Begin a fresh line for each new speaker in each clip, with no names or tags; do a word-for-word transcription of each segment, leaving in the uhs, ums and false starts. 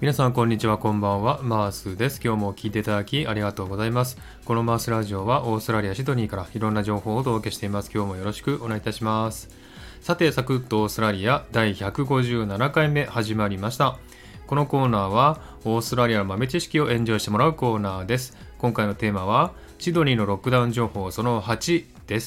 皆さんこんにちは、こんばんは。マースです。今日も聞いていただきありがとうございます。このマースラジオはオーストラリアシドニーからいろんな情報をお届けしています。今日もよろしくお願いいたします。さて、サクッとオーストラリアだいひゃくごじゅうななかいめ始まりました。このコーナーはオーストラリアの豆知識をエンジョイしてもらうコーナーです。今回のテーマはシドニーのロックダウン情報そのはちです。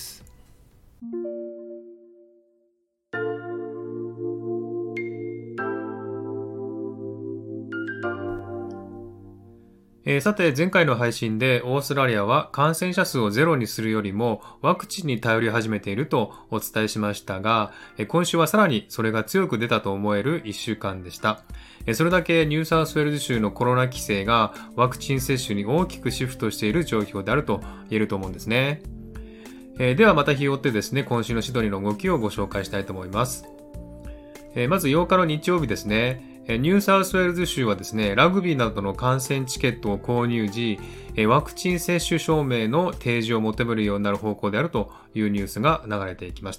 えー、さて前回の配信でオーストラリアは感染者数をゼロにするよりもワクチンに頼り始めているとお伝えしましたが、えー、今週はさらにそれが強く出たと思えるいっしゅうかんでした。えー、それだけニューサウスウェールズ州のコロナ規制がワクチン接種に大きくシフトしている状況であると言えると思うんですね。えー、ではまた日を追ってですね、今週のシドニーの動きをご紹介したいと思います。えー、まずようかの日曜日ですね。ニューサウスウェールズ州はですね、ラグビーなどの観戦チケットを購入時、ワクチン接種証明の提示を求めるようになる方向であるというニュースが流れていきました。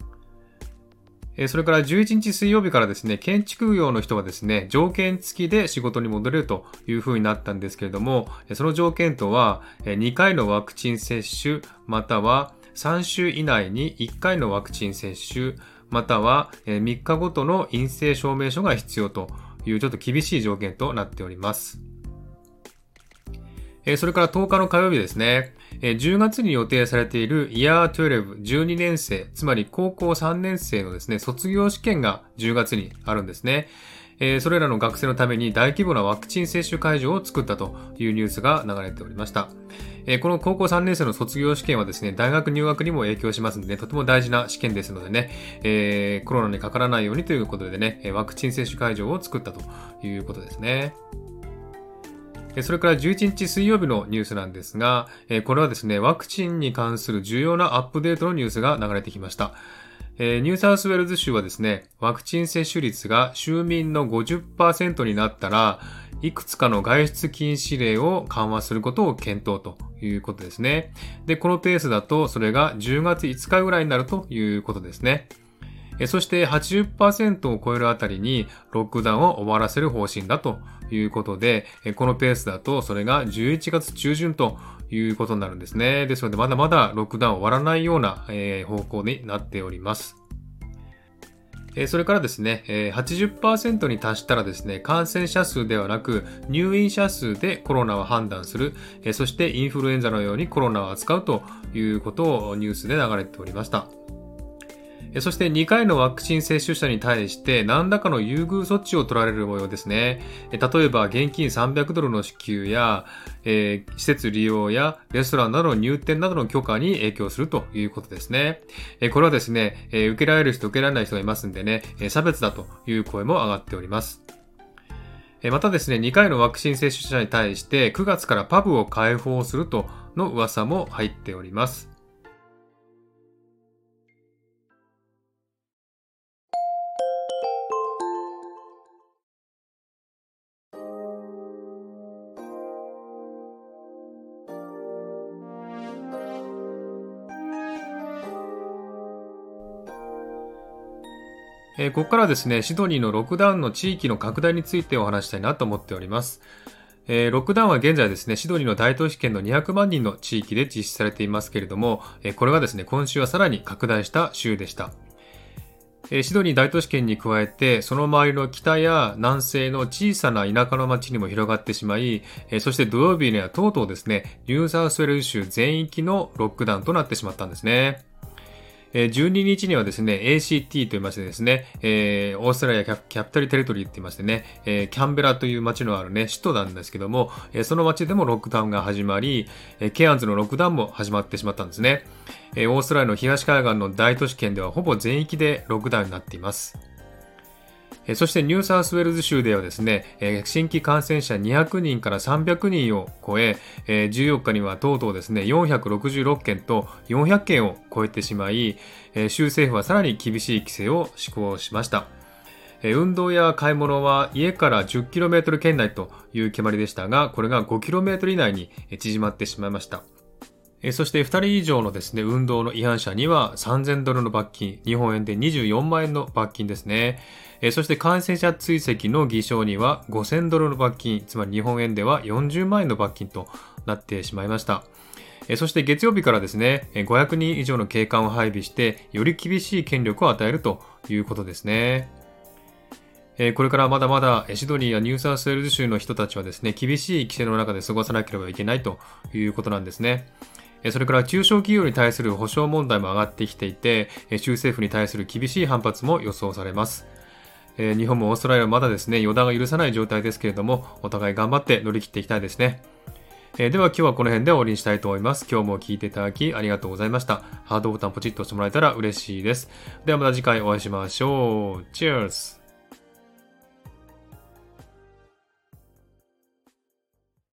それからじゅういちにち水曜日からですね、建築業の人はですね、条件付きで仕事に戻れるというふうになったんですけれども、その条件とはにかいのワクチン接種、またはさんしゅう以内にいっかいのワクチン接種、またはみっかごとの陰性証明書が必要というちょっと厳しい条件となっております。それからとおかの火曜日ですね。じゅうがつに予定されている イヤーじゅうに、じゅうにねんせい、つまり高校さんねんせいのですね、卒業試験がじゅうがつにあるんですね。それらの学生のために大規模なワクチン接種会場を作ったというニュースが流れておりました。この高校さんねんせいの卒業試験はですね、大学入学にも影響しますので、ね、とても大事な試験ですのでね、えー、コロナにかからないようにということでね、ワクチン接種会場を作ったということですね。それからじゅういちにち水曜日のニュースなんですが、これはですね、ワクチンに関する重要なアップデートのニュースが流れてきました。ニューサウスウェールズ州はですね、ワクチン接種率が州民の ごじゅっパーセント になったら、いくつかの外出禁止令を緩和することを検討ということですね。で、このペースだとそれがじゅうがついつかぐらいになるということですね。そして はちじゅっパーセント を超えるあたりにロックダウンを終わらせる方針だということで、このペースだとそれがじゅういちがつちゅうじゅんということになるんですね。ですのでまだまだロックダウン終わらないような方向になっております。それからですね、はちじゅっパーセント に達したらですね、感染者数ではなく入院者数でコロナを判断する、そしてインフルエンザのようにコロナを扱うということをニュースで流れておりました。そしてにかいのワクチン接種者に対して何らかの優遇措置を取られる模様ですね。例えば現金さんびゃくドルの支給や、えー、施設利用やレストランなどの入店などの許可に影響するということですね。これはですね、受けられる人受けられない人がいますんでね、差別だという声も上がっております。またですね、にかいのワクチン接種者に対してくがつからパブを開放するとの噂も入っております。えー、ここからですね、シドニーのロックダウンの地域の拡大についてお話したいなと思っております。えー、ロックダウンは現在ですね、シドニーの大都市圏のにひゃくまんにんの地域で実施されていますけれども、えー、これがですね、今週はさらに拡大した週でした。えー、シドニー大都市圏に加えて、その周りの北や南西の小さな田舎の町にも広がってしまい、えー、そして土曜日にはとうとうですね、ニューサウスウェールズ州全域のロックダウンとなってしまったんですね。じゅうににちにはですね、エーシーティー と言いましてですね、えー、オーストラリアキャピタルテリトリーって言いましてね、えー、キャンベラという町のあるね、首都なんですけども、えー、その町でもロックダウンが始まり、えー、ケアンズのロックダウンも始まってしまったんですね。えー、オーストラリアの東海岸の大都市圏ではほぼ全域でロックダウンになっています。そしてニューサウスウェールズ州ではですね、新規感染者にひゃくにんからさんびゃくにんを超え、じゅうよっかにはとうとうですね、よんひゃくろくじゅうろっけんとよんひゃっけんを超えてしまい、州政府はさらに厳しい規制を施行しました。運動や買い物は家から じゅっキロメートル 圏内という決まりでしたが、これが ごキロメートル 以内に縮まってしまいました。 そしてふたり以上のですね、運動の違反者にはさんぜんドルの罰金、日本円でにじゅうよんまんえんの罰金ですね。そして感染者追跡の偽証にはごせんドルの罰金、つまり日本円ではよんじゅうまんえんの罰金となってしまいました。そして月曜日からですね、ごひゃくにん以上の警官を配備して、より厳しい権力を与えるということですね。これからまだまだシドニーやニューサウスウェールズ州の人たちはですね、厳しい規制の中で過ごさなければいけないということなんですね。それから中小企業に対する補償問題も上がってきていて、州政府に対する厳しい反発も予想されます。日本もオーストラリアはまだですね、予断が許さない状態ですけれども、お互い頑張って乗り切っていきたいですね。えー、では今日はこの辺で終わりにしたいと思います。今日も聞いていただきありがとうございました。ハートボタンポチッと押してもらえたら嬉しいです。ではまた次回お会いしましょう。チェアーズ